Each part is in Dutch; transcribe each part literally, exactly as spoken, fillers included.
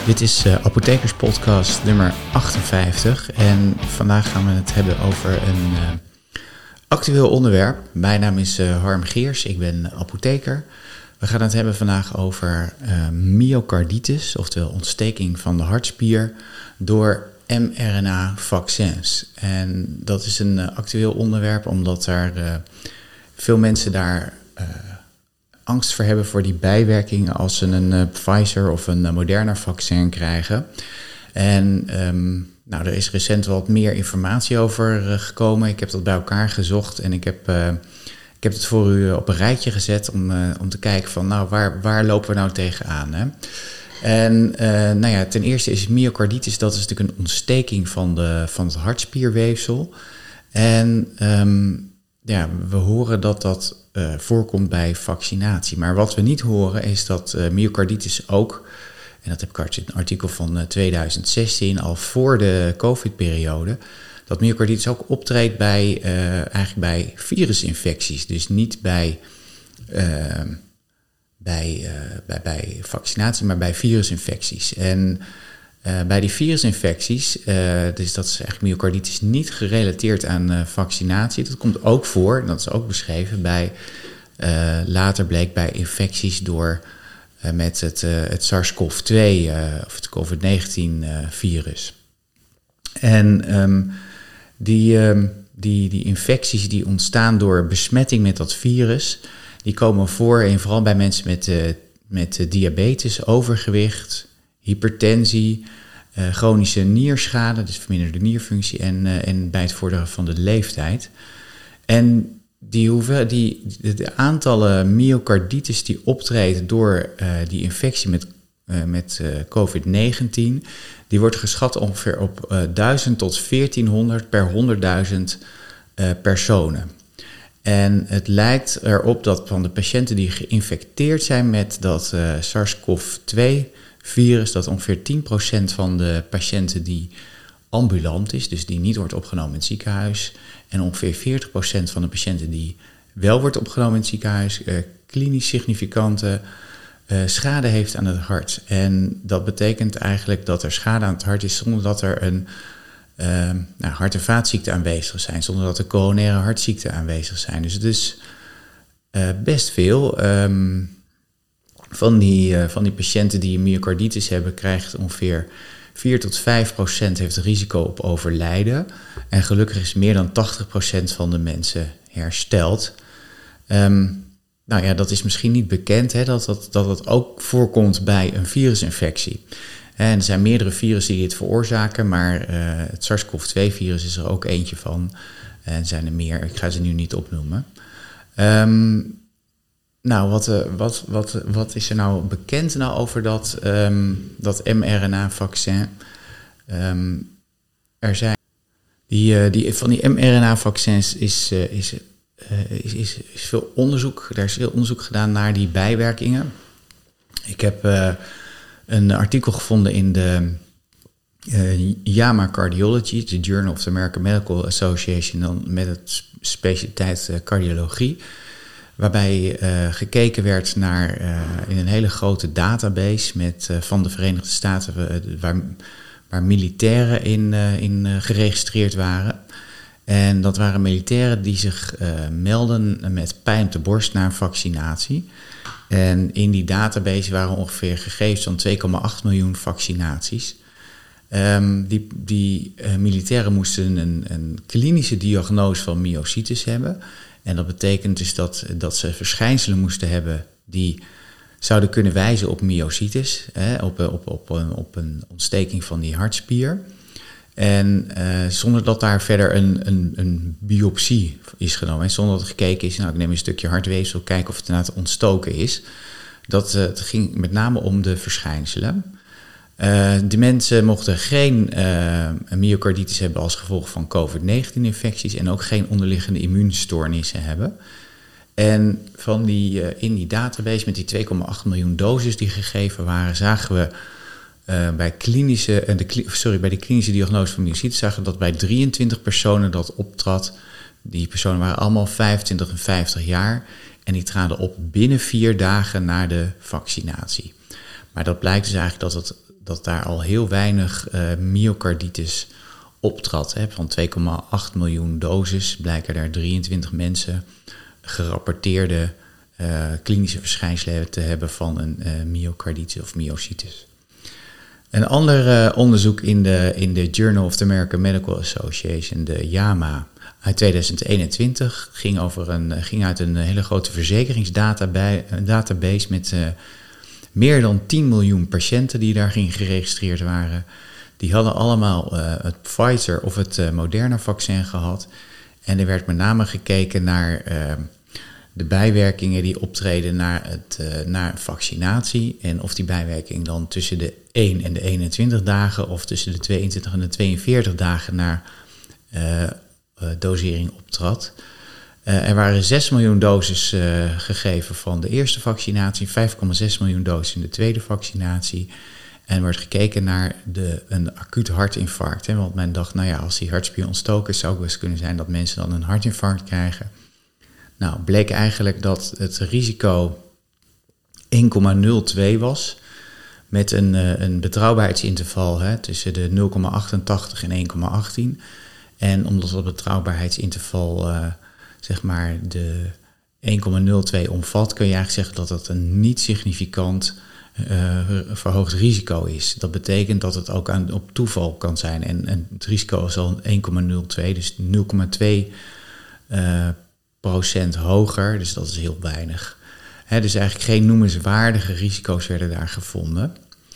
Dit is uh, Apothekerspodcast nummer achtenvijftig en vandaag gaan we het hebben over een uh, actueel onderwerp. Mijn naam is uh, Harm Geers, ik ben apotheker. We gaan het hebben vandaag over uh, myocarditis, oftewel ontsteking van de hartspier door mRNA-vaccins. En dat is een uh, actueel onderwerp omdat er uh, veel mensen daar uh, angst voor hebben voor die bijwerkingen als ze een uh, Pfizer of een uh, Moderna-vaccin krijgen. En um, nou, er is recent wat meer informatie over uh, gekomen. Ik heb dat bij elkaar gezocht en ik heb, uh, ik heb het voor u op een rijtje gezet om, uh, om te kijken van nou, waar, waar lopen we nou tegenaan, hè? En uh, nou ja, ten eerste is myocarditis, dat is natuurlijk een ontsteking van, de, van het hartspierweefsel. En um, ja, we horen dat dat uh, voorkomt bij vaccinatie. Maar wat we niet horen is dat uh, myocarditis ook, en dat heb ik uit een artikel van uh, tweeduizend zestien, al voor de COVID-periode, dat myocarditis ook optreedt bij, uh, eigenlijk bij virusinfecties. Dus niet bij... Uh, Bij, uh, bij, bij vaccinatie, maar bij virusinfecties. En uh, bij die virusinfecties, uh, dus dat is eigenlijk myocarditis niet gerelateerd aan uh, vaccinatie. Dat komt ook voor, dat is ook beschreven, bij uh, later bleek bij infecties door uh, met het, uh, het SARS-CoV twee uh, of het covid negentien uh, virus. En um, die, um, die, die infecties die ontstaan door besmetting met dat virus, die komen voor en vooral bij mensen met, uh, met uh, diabetes, overgewicht, hypertensie, uh, chronische nierschade, dus verminderde nierfunctie en, uh, en bij het vorderen van de leeftijd. En die, hoeveel, die, de, de aantallen myocarditis die optreden door uh, die infectie met, uh, met uh, covid negentien, die wordt geschat ongeveer op uh, duizend tot veertienhonderd per honderdduizend uh, personen. En het lijkt erop dat van de patiënten die geïnfecteerd zijn met dat uh, SARS-CoV twee virus, dat ongeveer tien procent van de patiënten die ambulant is, dus die niet wordt opgenomen in het ziekenhuis, en ongeveer veertig procent van de patiënten die wel wordt opgenomen in het ziekenhuis, uh, klinisch significante uh, schade heeft aan het hart. En dat betekent eigenlijk dat er schade aan het hart is zonder dat er een Uh, nou, hart- en vaatziekten aanwezig zijn, zonder dat er coronaire hartziekten aanwezig zijn. Dus het is uh, best veel. Um, van, die, uh, van die patiënten die myocarditis hebben, krijgt ongeveer vier tot vijf procent heeft risico op overlijden. En gelukkig is meer dan tachtig procent van de mensen hersteld. Um, nou ja, dat is misschien niet bekend, hè, dat, dat, dat het ook voorkomt bij een virusinfectie. En er zijn meerdere virussen die dit veroorzaken, maar uh, het SARS-CoV twee virus is er ook eentje van. En er zijn er meer, ik ga ze nu niet opnoemen. Um, nou, wat, uh, wat, wat, wat is er nou bekend nou over dat, um, dat mRNA-vaccin? Um, er zijn die, uh, die, van die mRNA-vaccins is, uh, is, uh, is, is, is veel onderzoek. Er is veel onderzoek gedaan naar die bijwerkingen. Ik heb Uh, een artikel gevonden in de uh, JAMA Cardiology, de Journal of the American Medical Association, dan met het specialiteit uh, cardiologie, waarbij uh, gekeken werd naar uh, in een hele grote database met, uh, van de Verenigde Staten, uh, waar, waar militairen in, uh, in uh, geregistreerd waren. En dat waren militairen die zich uh, melden met pijn op de borst na een vaccinatie. En in die database waren ongeveer gegevens van twee komma acht miljoen vaccinaties. Um, die die uh, militairen moesten een, een klinische diagnose van myositis hebben. En dat betekent dus dat, dat ze verschijnselen moesten hebben die zouden kunnen wijzen op myositis, hè, op, op, op, op, op een ontsteking van die hartspier. En uh, zonder dat daar verder een, een, een biopsie is genomen. Hè, zonder dat er gekeken is, nou ik neem een stukje hartweefsel, kijken of het inderdaad ontstoken is. Dat, uh, het ging met name om de verschijnselen. Uh, die mensen mochten geen uh, myocarditis hebben als gevolg van covid negentien infecties en ook geen onderliggende immuunstoornissen hebben. En van die, uh, in die database met die twee komma acht miljoen doses die gegeven waren, zagen we Uh, bij, klinische, uh, de, sorry, bij de klinische diagnose van myositis zagen we dat bij drieëntwintig personen dat optrad. Die personen waren allemaal vijfentwintig en vijftig jaar en die traden op binnen vier dagen na de vaccinatie. Maar dat blijkt dus eigenlijk dat het dat daar al heel weinig uh, myocarditis optrad. Hè. Van twee komma acht miljoen doses blijken er drieëntwintig mensen gerapporteerde uh, klinische verschijnselen te hebben van een uh, myocarditis of myositis. Een ander uh, onderzoek in de, in de Journal of the American Medical Association, de JAMA, uit tweeduizend eenentwintig, ging, over een, ging uit een hele grote verzekeringsdatabase met uh, meer dan tien miljoen patiënten die daarin geregistreerd waren. Die hadden allemaal uh, het Pfizer of het uh, Moderna-vaccin gehad. En er werd met name gekeken naar uh, de bijwerkingen die optreden na, het, uh, na vaccinatie. En of die bijwerking dan tussen de één en de eenentwintig dagen of tussen de tweeëntwintig en de tweeënveertig dagen na uh, uh, dosering optrad. Uh, er waren zes miljoen doses uh, gegeven van de eerste vaccinatie, vijf komma zes miljoen doses in de tweede vaccinatie. En er wordt gekeken naar de, een acuut hartinfarct. Hè, want men dacht, nou ja, als die hartspier ontstoken is, zou het best kunnen zijn dat mensen dan een hartinfarct krijgen. Nou, bleek eigenlijk dat het risico één komma nul twee was, met een, een betrouwbaarheidsinterval hè, tussen de nul komma achtentachtig en één komma achttien. En omdat dat betrouwbaarheidsinterval uh, zeg maar de één komma nul twee omvat, kun je eigenlijk zeggen dat dat een niet significant uh, verhoogd risico is. Dat betekent dat het ook aan, op toeval kan zijn. En, en het risico is al één komma nul twee, dus nul komma twee uh, procent hoger. Dus dat is heel weinig. He, dus eigenlijk geen noemenswaardige risico's werden daar gevonden.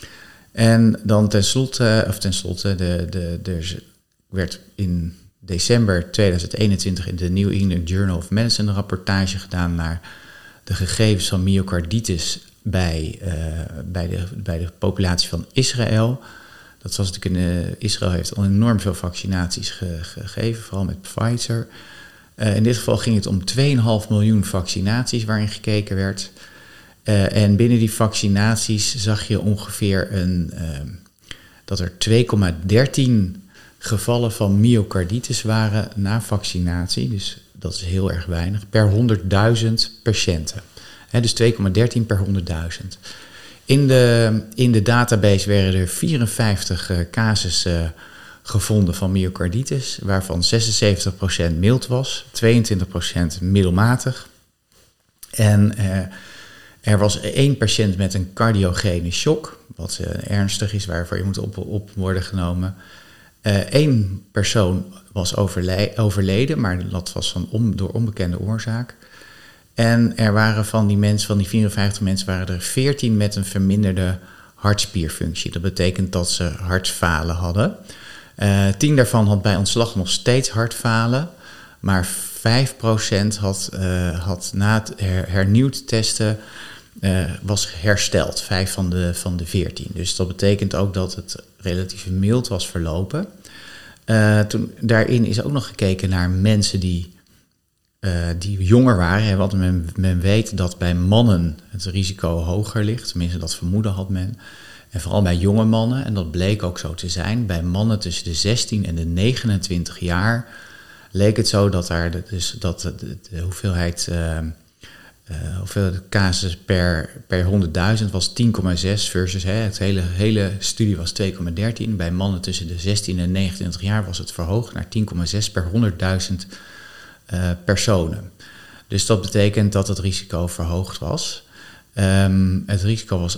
En dan tenslotte, of tenslotte, de, de, de, werd in december tweeduizend eenentwintig in de New England Journal of Medicine een rapportage gedaan naar de gegevens van myocarditis bij, uh, bij, de, bij de populatie van Israël. Dat was natuurlijk in, uh, Israël heeft al enorm veel vaccinaties ge, gegeven, vooral met Pfizer. Uh, in dit geval ging het om twee komma vijf miljoen vaccinaties waarin gekeken werd. Uh, en binnen die vaccinaties zag je ongeveer een, uh, dat er twee komma dertien gevallen van myocarditis waren na vaccinatie. Dus dat is heel erg weinig. Per honderdduizend patiënten. He, dus twee komma dertien per honderdduizend. In de, in de database werden er vierenvijftig uh, casussen uh, gevonden van myocarditis, waarvan zesenzeventig procent mild was, tweeëntwintig procent middelmatig. En uh, er was één patiënt met een cardiogene shock, wat uh, ernstig is, waarvoor je moet op, op worden genomen. Eén uh, persoon was overle- overleden, maar dat was van om, door onbekende oorzaak. En er waren van die mensen, van die vierenvijftig mensen, waren er veertien met een verminderde hartspierfunctie. Dat betekent dat ze hartfalen hadden. Uh, tien daarvan had bij ontslag nog steeds hartfalen, maar vijf procent had, uh, had na het her- hernieuwd testen uh, was hersteld, vijf van de, van de veertien. Dus dat betekent ook dat het relatief mild was verlopen. Uh, toen, daarin is ook nog gekeken naar mensen die, uh, die jonger waren, hè, want men, men weet dat bij mannen het risico hoger ligt, tenminste dat vermoeden had men. En vooral bij jonge mannen, en dat bleek ook zo te zijn, bij mannen tussen de zestien en de negenentwintig jaar leek het zo dat, daar dus, dat de, de hoeveelheid, uh, uh, hoeveelheid casus per, per honderdduizend was tien komma zes versus hè, het hele, hele studie was twee komma dertien. Bij mannen tussen de zestien en negenentwintig jaar was het verhoogd naar tien komma zes per honderdduizend uh, personen. Dus dat betekent dat het risico verhoogd was. Um, het risico was...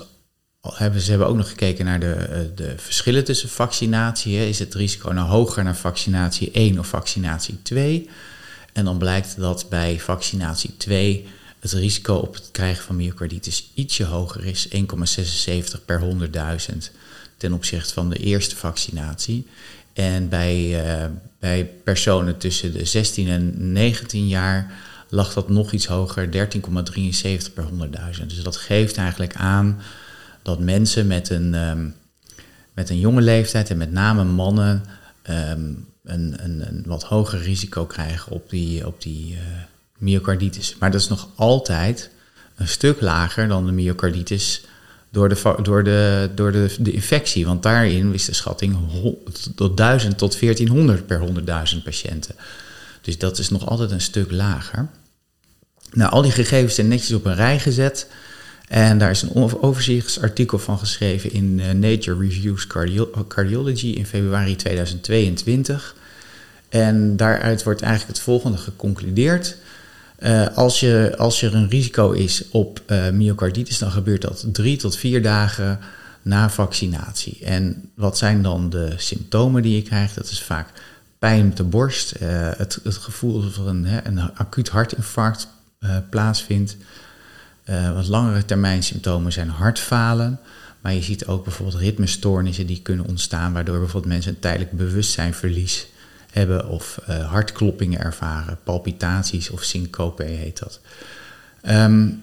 Ze hebben ook nog gekeken naar de, de verschillen tussen vaccinatie. Is het risico nou hoger naar vaccinatie één of vaccinatie twee? En dan blijkt dat bij vaccinatie twee het risico op het krijgen van myocarditis ietsje hoger is, één komma zesenzeventig per honderdduizend ten opzichte van de eerste vaccinatie. En bij, uh, bij personen tussen de zestien en negentien jaar lag dat nog iets hoger, dertien komma drieënzeventig per honderdduizend. Dus dat geeft eigenlijk aan dat mensen met een, um, met een jonge leeftijd en met name mannen um, een, een, een wat hoger risico krijgen op die, op die uh, myocarditis. Maar dat is nog altijd een stuk lager dan de myocarditis door de, door de, door de, de infectie. Want daarin is de schatting tot duizend tot veertienhonderd per honderdduizend patiënten. Dus dat is nog altijd een stuk lager. Nou, al die gegevens zijn netjes op een rij gezet. En daar is een overzichtsartikel van geschreven in uh, Nature Reviews Cardio- Cardiology in februari tweeduizend tweeëntwintig. En daaruit wordt eigenlijk het volgende geconcludeerd. Uh, als, je, als er een risico is op uh, myocarditis, dan gebeurt dat drie tot vier dagen na vaccinatie. En wat zijn dan de symptomen die je krijgt? Dat is vaak pijn op de borst, uh, het, het gevoel dat er een, hè, een acuut hartinfarct uh, plaatsvindt. Uh, wat langere termijn symptomen zijn hartfalen. Maar je ziet ook bijvoorbeeld ritmestoornissen die kunnen ontstaan, waardoor bijvoorbeeld mensen een tijdelijk bewustzijnverlies hebben of uh, hartkloppingen ervaren, palpitaties of syncope heet dat. Um,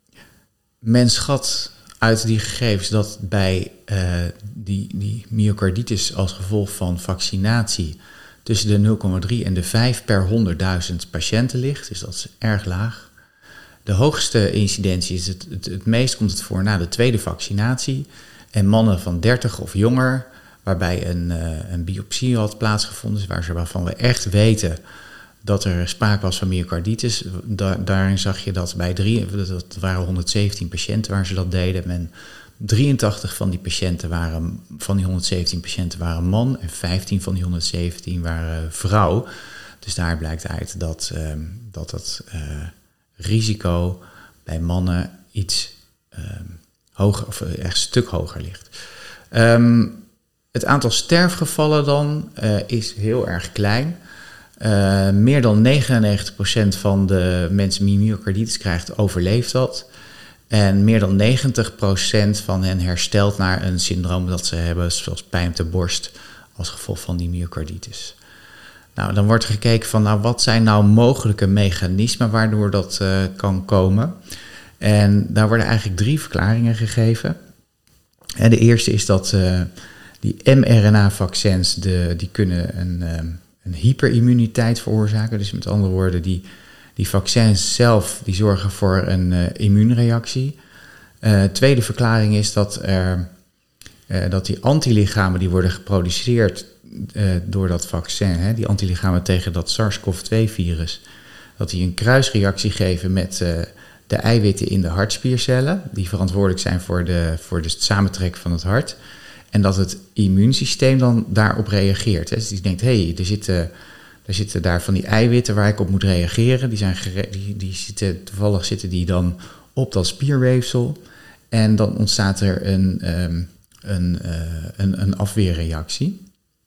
men schat uit die gegevens dat bij uh, die, die myocarditis als gevolg van vaccinatie tussen de nul komma drie en de vijf per honderdduizend patiënten ligt. Dus dat is erg laag. De hoogste incidentie is het, het, het meest komt het voor na de tweede vaccinatie. En mannen van dertig of jonger, waarbij een, uh, een biopsie had plaatsgevonden, waar ze, waarvan we echt weten dat er sprake was van myocarditis. Da- daarin zag je dat bij drie, dat waren honderdzeventien patiënten waar ze dat deden. En drieëntachtig van die patiënten waren, van die honderdzeventien patiënten waren man en vijftien van die honderdzeventien waren vrouw. Dus daar blijkt uit dat uh, dat, dat uh, risico bij mannen iets uh, hoger, of echt een stuk hoger ligt. Um, het aantal sterfgevallen dan uh, is heel erg klein. Uh, meer dan negenennegentig procent van de mensen die myocarditis krijgt, overleeft dat. En meer dan negentig procent van hen herstelt naar een syndroom dat ze hebben, zoals pijn op de borst, als gevolg van die myocarditis. Nou, dan wordt gekeken van, nou, wat zijn nou mogelijke mechanismen waardoor dat uh, kan komen. En daar worden eigenlijk drie verklaringen gegeven. En de eerste is dat uh, die mRNA-vaccins, de, die kunnen een, uh, een hyperimmuniteit veroorzaken. Dus met andere woorden, die, die vaccins zelf die zorgen voor een uh, immuunreactie. Uh, tweede verklaring is dat, er, uh, dat die antilichamen die worden geproduceerd uh, door dat vaccin, hè, die antilichamen tegen dat SARS-CoV twee virus, dat die een kruisreactie geven met uh, de eiwitten in de hartspiercellen, die verantwoordelijk zijn voor, de, voor de samentrekken van het hart. En dat het immuunsysteem dan daarop reageert. Hè. Dus die denkt, hé, hey, er zitten, er zitten daar van die eiwitten waar ik op moet reageren. Die zijn gere- die, die zitten, toevallig zitten die dan op dat spierweefsel. En dan ontstaat er een, um, een, uh, een, een afweerreactie.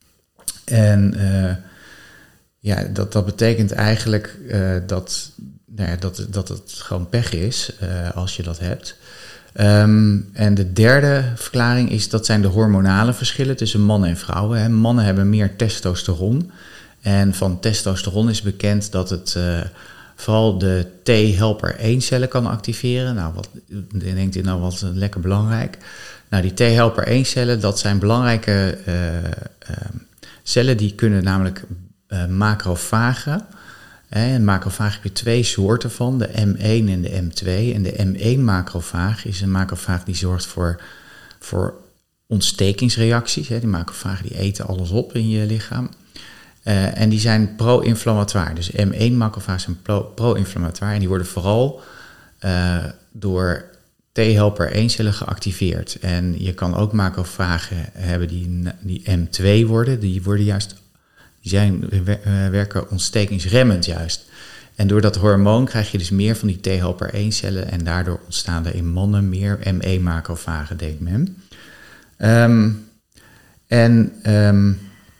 En uh, ja, dat, dat betekent eigenlijk uh, dat, nou ja, dat, dat het gewoon pech is uh, als je dat hebt. Um, en de derde verklaring is, dat zijn de hormonale verschillen tussen mannen en vrouwen. Hè. Mannen hebben meer testosteron. En van testosteron is bekend dat het uh, vooral de T-helper één cellen kan activeren. Nou, wat denkt u nou, wat lekker belangrijk. Nou, die T-helper één cellen, dat zijn belangrijke uh, uh, cellen, die kunnen namelijk uh, macrofagen. En macrofaag heb je twee soorten van, de M één en de M twee. En de M één macrofaag is een macrofaag die zorgt voor, voor ontstekingsreacties. Hè. Die macrofagen die eten alles op in je lichaam. Uh, en die zijn pro-inflammatoire. Dus M één macrofagen zijn pro- pro-inflammatoire. En die worden vooral uh, door T-helper één cellen geactiveerd. En je kan ook macrofagen hebben die, die M twee worden. Die worden juist... Die zijn, werken ontstekingsremmend juist. En door dat hormoon krijg je dus meer van die T-helper één cellen. En daardoor ontstaan er in mannen meer M één macrofagen, denkt men. Um, en um,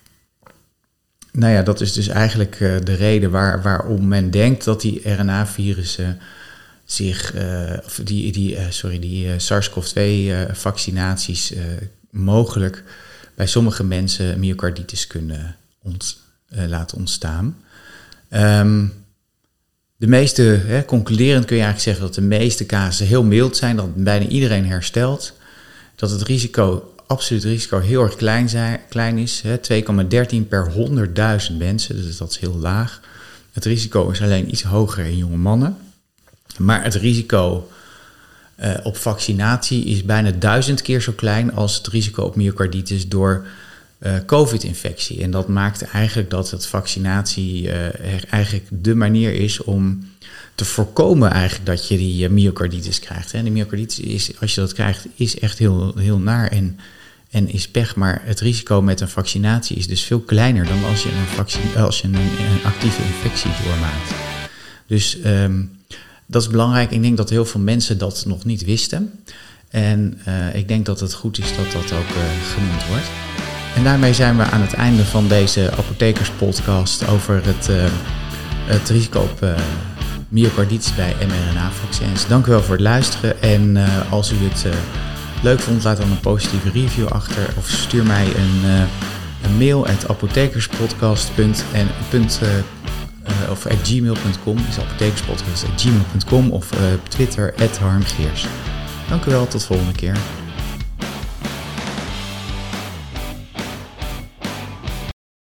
nou ja, dat is dus eigenlijk uh, de reden waar, waarom men denkt dat die R N A-virussen zich, uh, of die, die, uh, sorry, die uh, SARS-CoV twee uh, vaccinaties uh, mogelijk bij sommige mensen myocarditis kunnen Ont, uh, laten ontstaan. Um, de meeste, hè, concluderend kun je eigenlijk zeggen dat de meeste casussen heel mild zijn, dat bijna iedereen herstelt, dat het risico, absoluut risico, heel erg klein, zijn, klein is, hè, twee komma dertien per honderdduizend mensen, dus dat is heel laag. Het risico is alleen iets hoger in jonge mannen, maar het risico uh, op vaccinatie is bijna duizend keer zo klein als het risico op myocarditis door uh, COVID-infectie. En dat maakt eigenlijk dat het vaccinatie uh, eigenlijk de manier is om te voorkomen eigenlijk dat je die uh, myocarditis krijgt. Hè. De myocarditis is, als je dat krijgt, is echt heel, heel naar en, en is pech. Maar het risico met een vaccinatie is dus veel kleiner dan als je een, vaccin, als je een, een actieve infectie doormaakt. Dus um, dat is belangrijk. Ik denk dat heel veel mensen dat nog niet wisten. En uh, ik denk dat het goed is dat dat ook uh, genoemd wordt. En daarmee zijn we aan het einde van deze apothekerspodcast over het, uh, het risico op uh, myocarditis bij mRNA-vaccins. Dank u wel voor het luisteren. En uh, als u het uh, leuk vond, laat dan een positieve review achter. Of stuur mij een, uh, een mail at apothekerspodcast punt n l uh, of at gmail punt com. Is apothekerspodcast at gmail punt com of uh, op Twitter at harmgeers. Dank u wel, tot de volgende keer.